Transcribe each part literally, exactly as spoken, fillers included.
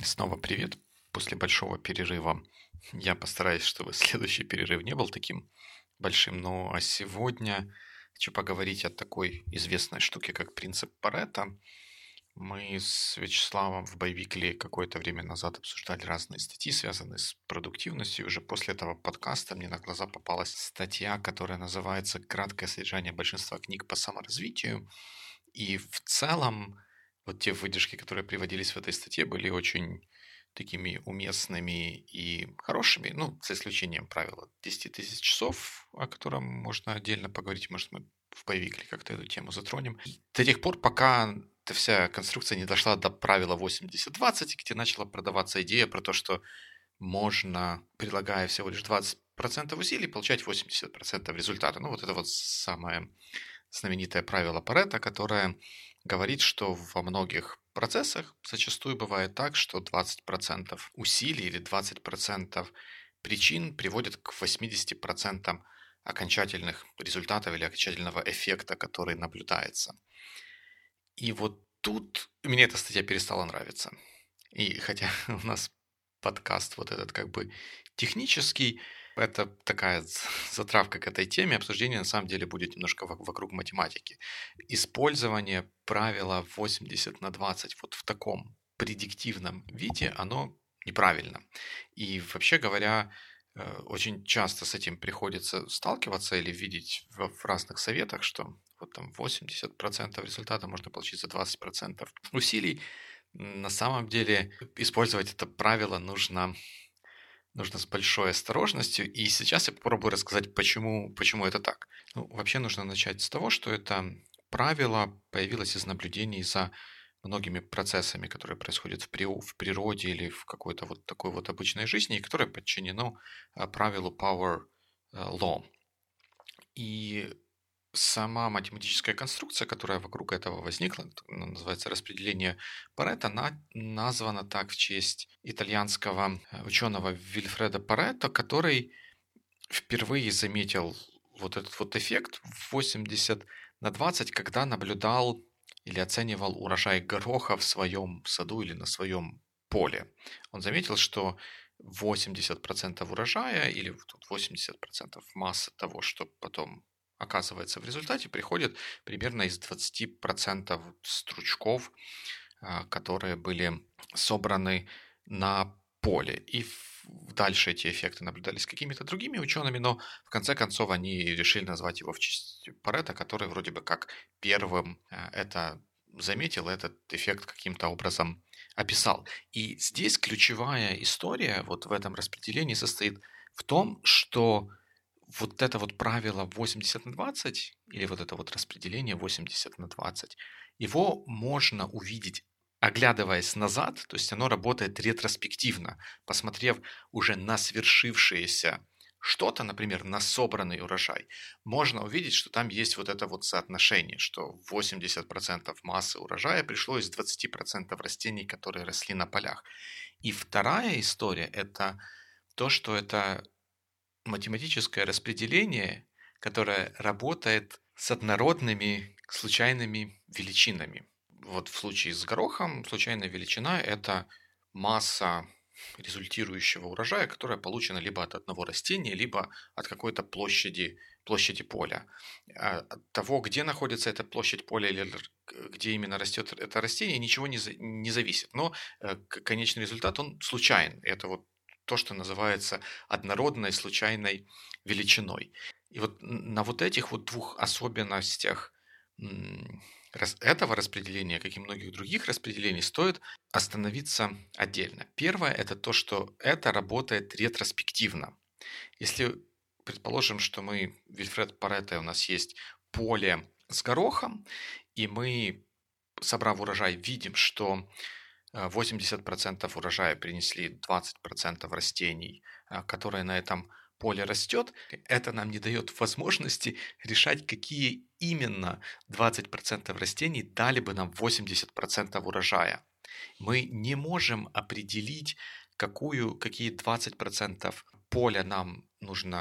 Снова привет. После большого перерыва я постараюсь, чтобы следующий перерыв не был таким большим. Ну а сегодня хочу поговорить о такой известной штуке, как принцип Паретта. Мы с Вячеславом в Байвикле какое-то время назад обсуждали разные статьи, связанные с продуктивностью. И уже после этого подкаста мне на глаза попалась статья, которая называется «Краткое содержание большинства книг по саморазвитию». И в целом вот те выдержки, которые приводились в этой статье, были очень такими уместными и хорошими, ну, за исключением правила десять тысяч часов, о котором можно отдельно поговорить, может, мы в боевикле как-то эту тему затронем. До тех пор, пока эта вся конструкция не дошла до правила восемьдесят двадцать, где начала продаваться идея про то, что можно, прилагая всего лишь двадцать процентов усилий, получать восемьдесят процентов результата. Ну, вот это вот самое знаменитое правило Паретта, которое говорит, что во многих процессах зачастую бывает так, что двадцать процентов усилий или двадцать процентов причин приводят к восемьдесят процентов окончательных результатов или окончательного эффекта, который наблюдается. И вот тут мне эта статья перестала нравиться. И хотя у нас подкаст вот этот как бы технический, это такая затравка к этой теме, обсуждение на самом деле будет немножко вокруг математики. Использование правила восемьдесят на двадцать вот в таком предиктивном виде, оно неправильно. И вообще говоря, очень часто с этим приходится сталкиваться или видеть в разных советах, что вот там восемьдесят процентов результата можно получить за двадцать процентов усилий. На самом деле использовать это правило нужно, нужно с большой осторожностью. И сейчас я попробую рассказать, почему, почему это так. Ну, вообще нужно начать с того, что это правило появилось из наблюдений за многими процессами, которые происходят в, при, в природе или в какой-то вот такой вот обычной жизни, и которое подчинено правилу Power Law. И сама математическая конструкция, которая вокруг этого возникла, называется распределение Паретта, она названа так в честь итальянского ученого Вильфредо Паретто, который впервые заметил вот этот вот эффект восемьдесят на двадцать, когда наблюдал или оценивал урожай гороха в своем саду или на своем поле. Он заметил, что восемьдесят процентов урожая или восемьдесят процентов массы того, что потом оказывается в результате, приходит примерно из двадцати процентов стручков, которые были собраны на поле. И дальше эти эффекты наблюдались какими-то другими учеными, но в конце концов они решили назвать его в честь Паретто, который вроде бы как первым это заметил, этот эффект каким-то образом описал. И здесь ключевая история вот в этом распределении состоит в том, что вот это вот правило восемьдесят на двадцать, или вот это вот распределение восемьдесят на двадцать, его можно увидеть, оглядываясь назад, то есть оно работает ретроспективно, посмотрев уже на свершившееся что-то, например, на собранный урожай, можно увидеть, что там есть вот это вот соотношение, что восемьдесят процентов массы урожая пришло из двадцати процентов растений, которые росли на полях. И вторая история – это то, что это математическое распределение, которое работает с однородными случайными величинами. Вот в случае с горохом случайная величина – это масса результирующего урожая, которая получена либо от одного растения, либо от какой-то площади, площади поля. От того, где находится эта площадь поля или где именно растет это растение, ничего не, не зависит. Но конечный результат, он случайен. Это вот то, что называется однородной случайной величиной. И вот на вот этих вот двух особенностях этого распределения, как и многих других распределений, стоит остановиться отдельно. Первое – это то, что это работает ретроспективно. Если предположим, что мы, Вильфред Паретто, у нас есть поле с горохом, и мы, собрав урожай, видим, что восемьдесят процентов урожая принесли двадцать процентов растений, которые на этом поле растет, это нам не дает возможности решать, какие именно двадцать процентов растений дали бы нам восемьдесят процентов урожая. Мы не можем определить, какую, какие двадцать процентов поля нам нужно,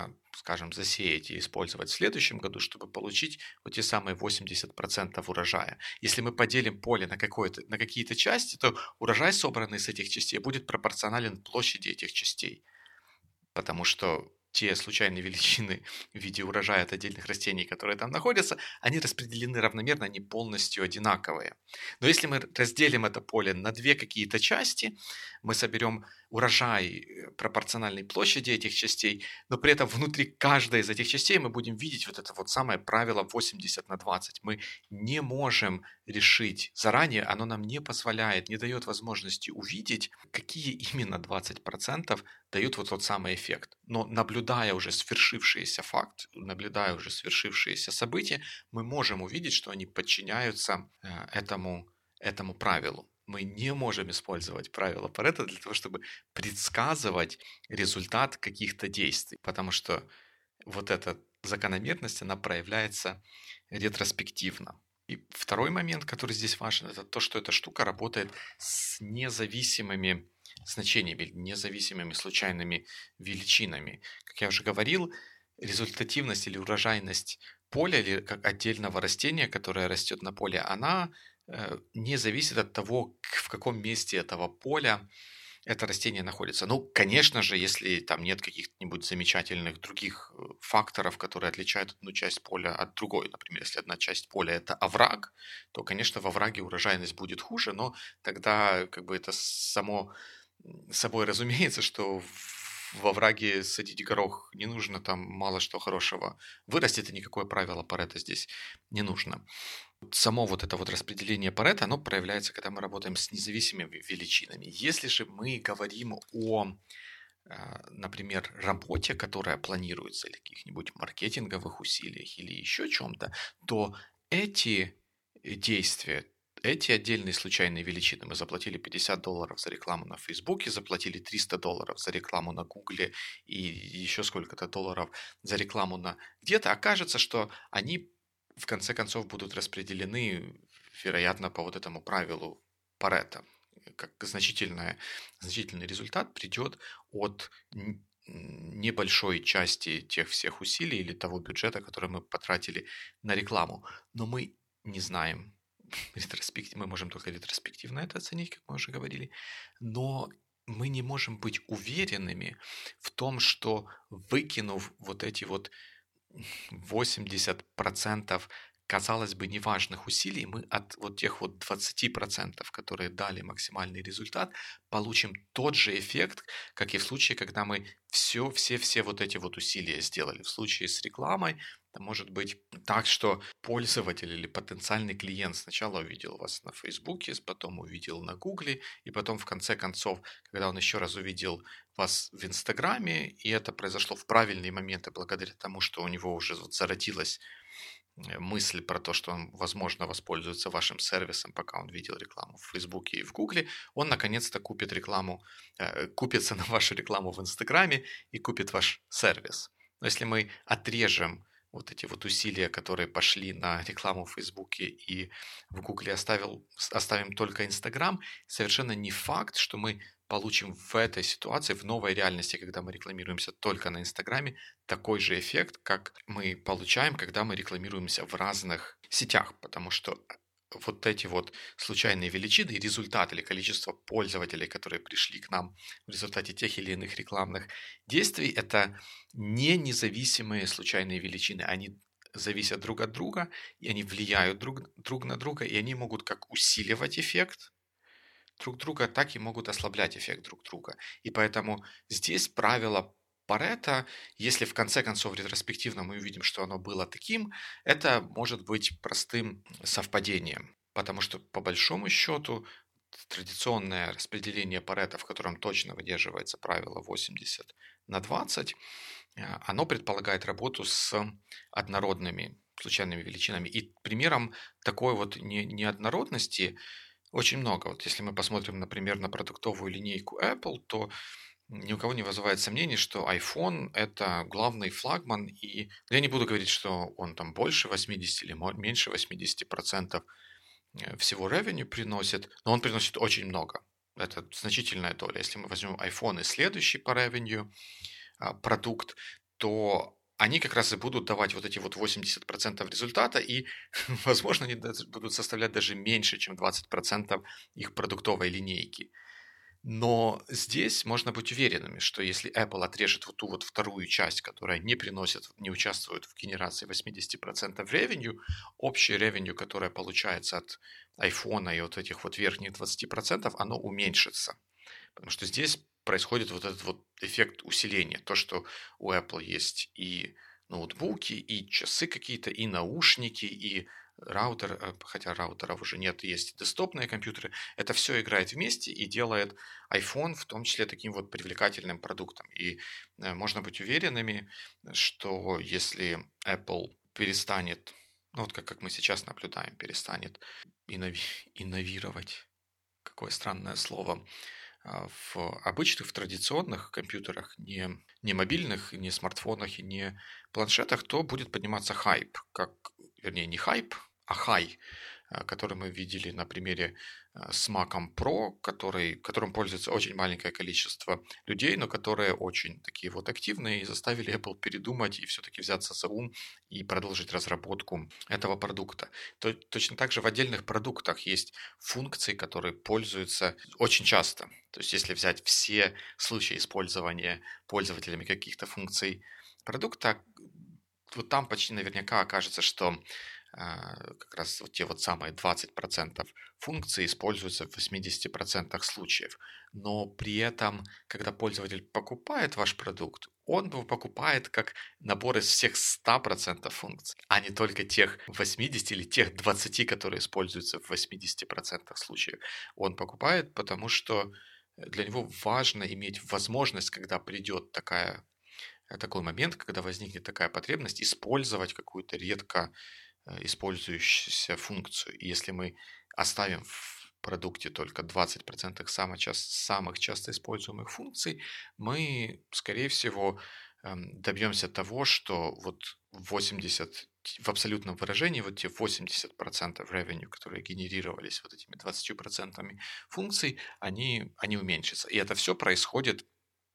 скажем, засеять и использовать в следующем году, чтобы получить вот те самые восемьдесят процентов урожая. Если мы поделим поле на, какое-то, на какие-то части, то урожай, собранный с этих частей, будет пропорционален площади этих частей. Потому что те случайные величины в виде урожая от отдельных растений, которые там находятся, они распределены равномерно, они полностью одинаковые. Но если мы разделим это поле на две какие-то части, мы соберем урожай пропорциональной площади этих частей, но при этом внутри каждой из этих частей мы будем видеть вот это вот самое правило восемьдесят на двадцать. Мы не можем решить заранее, оно нам не позволяет, не дает возможности увидеть, какие именно двадцать процентов дают вот тот самый эффект. Но наблюдая уже свершившийся факт, наблюдая уже свершившиеся события, мы можем увидеть, что они подчиняются этому, этому правилу. Мы не можем использовать правило Парето для того, чтобы предсказывать результат каких-то действий, потому что вот эта закономерность, она проявляется ретроспективно. И второй момент, который здесь важен, это то, что эта штука работает с независимыми значениями, независимыми случайными величинами. Как я уже говорил, результативность или урожайность поля или как отдельного растения, которое растет на поле, она не зависит от того, в каком месте этого поля это растение находится. Ну, конечно же, если там нет каких-нибудь замечательных других факторов, которые отличают одну часть поля от другой. Например, если одна часть поля – это овраг, то, конечно, в овраге урожайность будет хуже, но тогда как бы это само собой разумеется, что в овраге садить горох не нужно, там мало что хорошего вырастет, и никакое правило Парето здесь не нужно. Само вот это вот распределение Парето, оно проявляется, когда мы работаем с независимыми величинами. Если же мы говорим о, например, работе, которая планируется, или каких-нибудь маркетинговых усилиях, или еще чем-то, то эти действия, эти отдельные случайные величины, мы заплатили пятьдесят долларов за рекламу на Фейсбуке, заплатили триста долларов за рекламу на Гугле и еще сколько-то долларов за рекламу на где-то, окажется, что они в конце концов будут распределены, вероятно, по вот этому правилу Парето. Как значительный, значительный результат придет от небольшой части тех всех усилий или того бюджета, который мы потратили на рекламу. Но мы не знаем, мы можем только ретроспективно это оценить, как мы уже говорили, но мы не можем быть уверенными в том, что выкинув вот эти вот восемьдесят процентов, казалось бы, неважных усилий, мы от вот тех вот двадцати процентов, которые дали максимальный результат, получим тот же эффект, как и в случае, когда мы все, все, все вот эти вот усилия сделали. В случае с рекламой это может быть так, что пользователь или потенциальный клиент сначала увидел вас на Фейсбуке, потом увидел на Гугле, и потом в конце концов, когда он еще раз увидел вас в Инстаграме, и это произошло в правильные моменты благодаря тому, что у него уже вот зародилась мысль про то, что он, возможно, воспользуется вашим сервисом, пока он видел рекламу в Фейсбуке и в Гугле, он наконец-то купит рекламу, э, купится на вашу рекламу в Инстаграме и купит ваш сервис. Но если мы отрежем вот эти вот усилия, которые пошли на рекламу в Фейсбуке и в Гугле, оставил, оставим только Инстаграм, совершенно не факт, что мы получим в этой ситуации, в новой реальности, когда мы рекламируемся только на Инстаграме, такой же эффект, как мы получаем, когда мы рекламируемся в разных сетях, потому что вот эти вот случайные величины и результат или количество пользователей, которые пришли к нам в результате тех или иных рекламных действий, это не независимые случайные величины, они зависят друг от друга, и они влияют друг, друг на друга, и они могут как усиливать эффект друг друга, так и могут ослаблять эффект друг друга. И поэтому здесь правило Парето, если в конце концов ретроспективно мы увидим, что оно было таким, это может быть простым совпадением. Потому что по большому счету традиционное распределение Парето, в котором точно выдерживается правило восемьдесят на двадцать, оно предполагает работу с однородными случайными величинами. И примером такой вот неоднородности очень много. Вот если мы посмотрим, например, на продуктовую линейку Apple, то ни у кого не вызывает сомнений, что iPhone – это главный флагман, и я не буду говорить, что он там больше восьмидесяти или меньше восьмидесяти процентов всего revenue приносит, но он приносит очень много. Это значительная доля. Если мы возьмем iPhone и следующий по revenue продукт, то они как раз и будут давать вот эти вот восемьдесят процентов результата, и, возможно, они будут составлять даже меньше, чем двадцать процентов их продуктовой линейки. Но здесь можно быть уверенными, что если Apple отрежет вот ту вот вторую часть, которая не приносит, не участвует в генерации восемьдесят процентов revenue, общее revenue, которое получается от iPhone и от этих вот верхних двадцать процентов, оно уменьшится. Потому что здесь происходит вот этот вот эффект усиления. То, что у Apple есть и ноутбуки, и часы какие-то, и наушники, и раутер, хотя раутеров уже нет, есть десктопные компьютеры. Это все играет вместе и делает iPhone в том числе таким вот привлекательным продуктом. И можно быть уверенными, что если Apple перестанет, ну вот как, как мы сейчас наблюдаем, перестанет иннови- инновировать, какое странное слово, в обычных, в традиционных компьютерах, не, не мобильных, не смартфонах и не планшетах, то будет подниматься хайп, как, вернее, не хайп, а хай, который мы видели на примере с Mac Pro, который, которым пользуется очень маленькое количество людей, но которые очень такие вот активные и заставили Apple передумать и все-таки взяться за ум и продолжить разработку этого продукта. То, точно так же в отдельных продуктах есть функции, которые пользуются очень часто. То есть если взять все случаи использования пользователями каких-то функций продукта, вот там почти наверняка окажется, что как раз вот те вот самые двадцать процентов функций используются в восемьдесят процентов случаев. Но при этом, когда пользователь покупает ваш продукт, он его покупает как набор из всех ста процентов функций, а не только тех восемьдесят или тех двадцать, которые используются в восемьдесят процентов случаев. Он покупает, потому что для него важно иметь возможность, когда придет такая, такой момент, когда возникнет такая потребность, использовать какую-то редко использующуюся функцию. И если мы оставим в продукте только двадцать процентов самых часто, самых часто используемых функций, мы, скорее всего, добьемся того, что вот восемьдесят в абсолютном выражении, вот те восемьдесят процентов revenue, которые генерировались вот этими двадцатью процентами функций, они, они уменьшатся. И это все происходит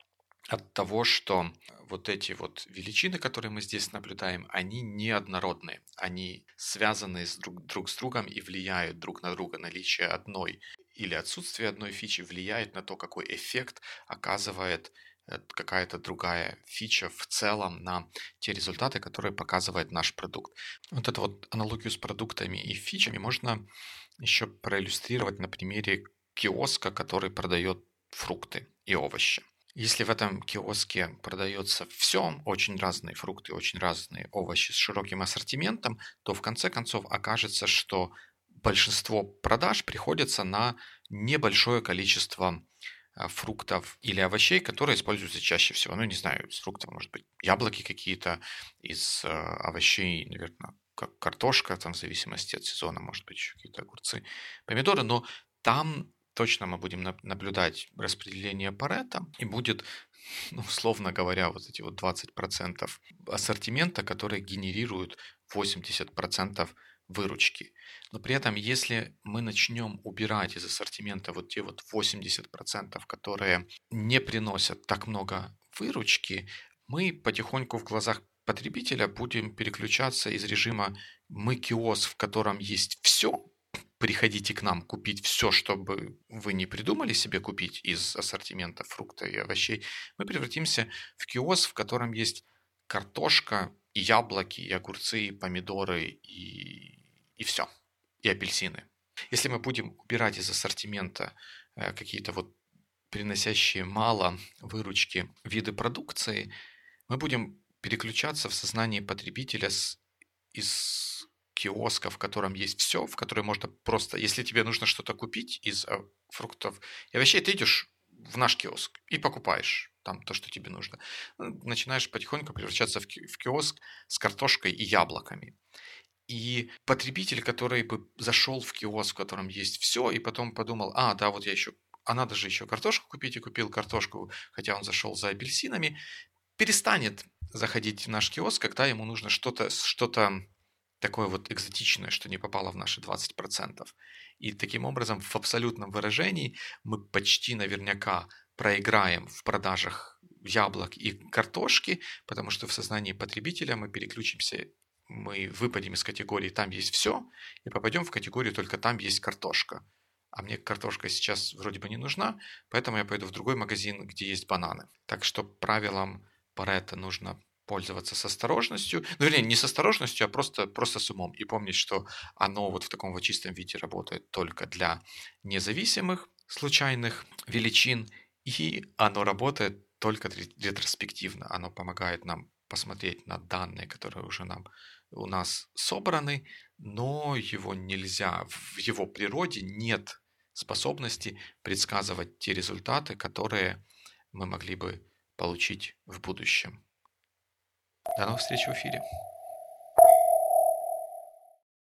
от того, что вот эти вот величины, которые мы здесь наблюдаем, они неоднородные. Они связаны с друг, друг с другом и влияют друг на друга. Наличие одной или отсутствие одной фичи влияет на то, какой эффект оказывает какая-то другая фича в целом на те результаты, которые показывает наш продукт. Вот эту вот аналогию с продуктами и фичами можно еще проиллюстрировать на примере киоска, который продает фрукты и овощи. Если в этом киоске продается все, очень разные фрукты, очень разные овощи с широким ассортиментом, то в конце концов окажется, что большинство продаж приходится на небольшое количество фруктов или овощей, которые используются чаще всего. Ну, не знаю, из фруктов, может быть, яблоки какие-то, из овощей, наверное, как картошка, там в зависимости от сезона, может быть, еще какие-то огурцы, помидоры, но там точно мы будем наблюдать распределение Парето, и будет, ну, условно говоря, вот эти вот двадцать процентов ассортимента, которые генерируют восемьдесят процентов выручки. Но при этом, если мы начнем убирать из ассортимента вот те вот восемьдесят процентов, которые не приносят так много выручки, мы потихоньку в глазах потребителя будем переключаться из режима «мы киоск, в котором есть все», приходите к нам купить все, что бы вы не придумали себе купить из ассортимента фруктов и овощей, мы превратимся в киоск, в котором есть картошка, и яблоки, и огурцы, и помидоры, и, и все, и апельсины. Если мы будем убирать из ассортимента какие-то вот приносящие мало выручки виды продукции, мы будем переключаться в сознании потребителя с, из киоска, в котором есть все, в котором можно просто, если тебе нужно что-то купить из фруктов и овощей, ты идешь в наш киоск и покупаешь там то, что тебе нужно. Начинаешь потихоньку превращаться в киоск с картошкой и яблоками. И потребитель, который бы зашел в киоск, в котором есть все, и потом подумал, а, да, вот я еще, а надо же еще картошку купить, и купил картошку, хотя он зашел за апельсинами, перестанет заходить в наш киоск, когда ему нужно что-то, что-то такое вот экзотичное, что не попало в наши двадцать процентов. И таким образом в абсолютном выражении мы почти наверняка проиграем в продажах яблок и картошки, потому что в сознании потребителя мы переключимся, мы выпадем из категории «там есть все» и попадем в категорию «только там есть картошка». А мне картошка сейчас вроде бы не нужна, поэтому я пойду в другой магазин, где есть бананы. Так что правилам Парето нужно пользоваться с осторожностью. Ну, вернее, не с осторожностью, а просто, просто с умом. И помнить, что оно вот в таком вот чистом виде работает только для независимых случайных величин, и оно работает только ретроспективно. Оно помогает нам посмотреть на данные, которые уже нам у нас собраны, но его нельзя, в его природе нет способности предсказывать те результаты, которые мы могли бы получить в будущем. До новых встреч в эфире.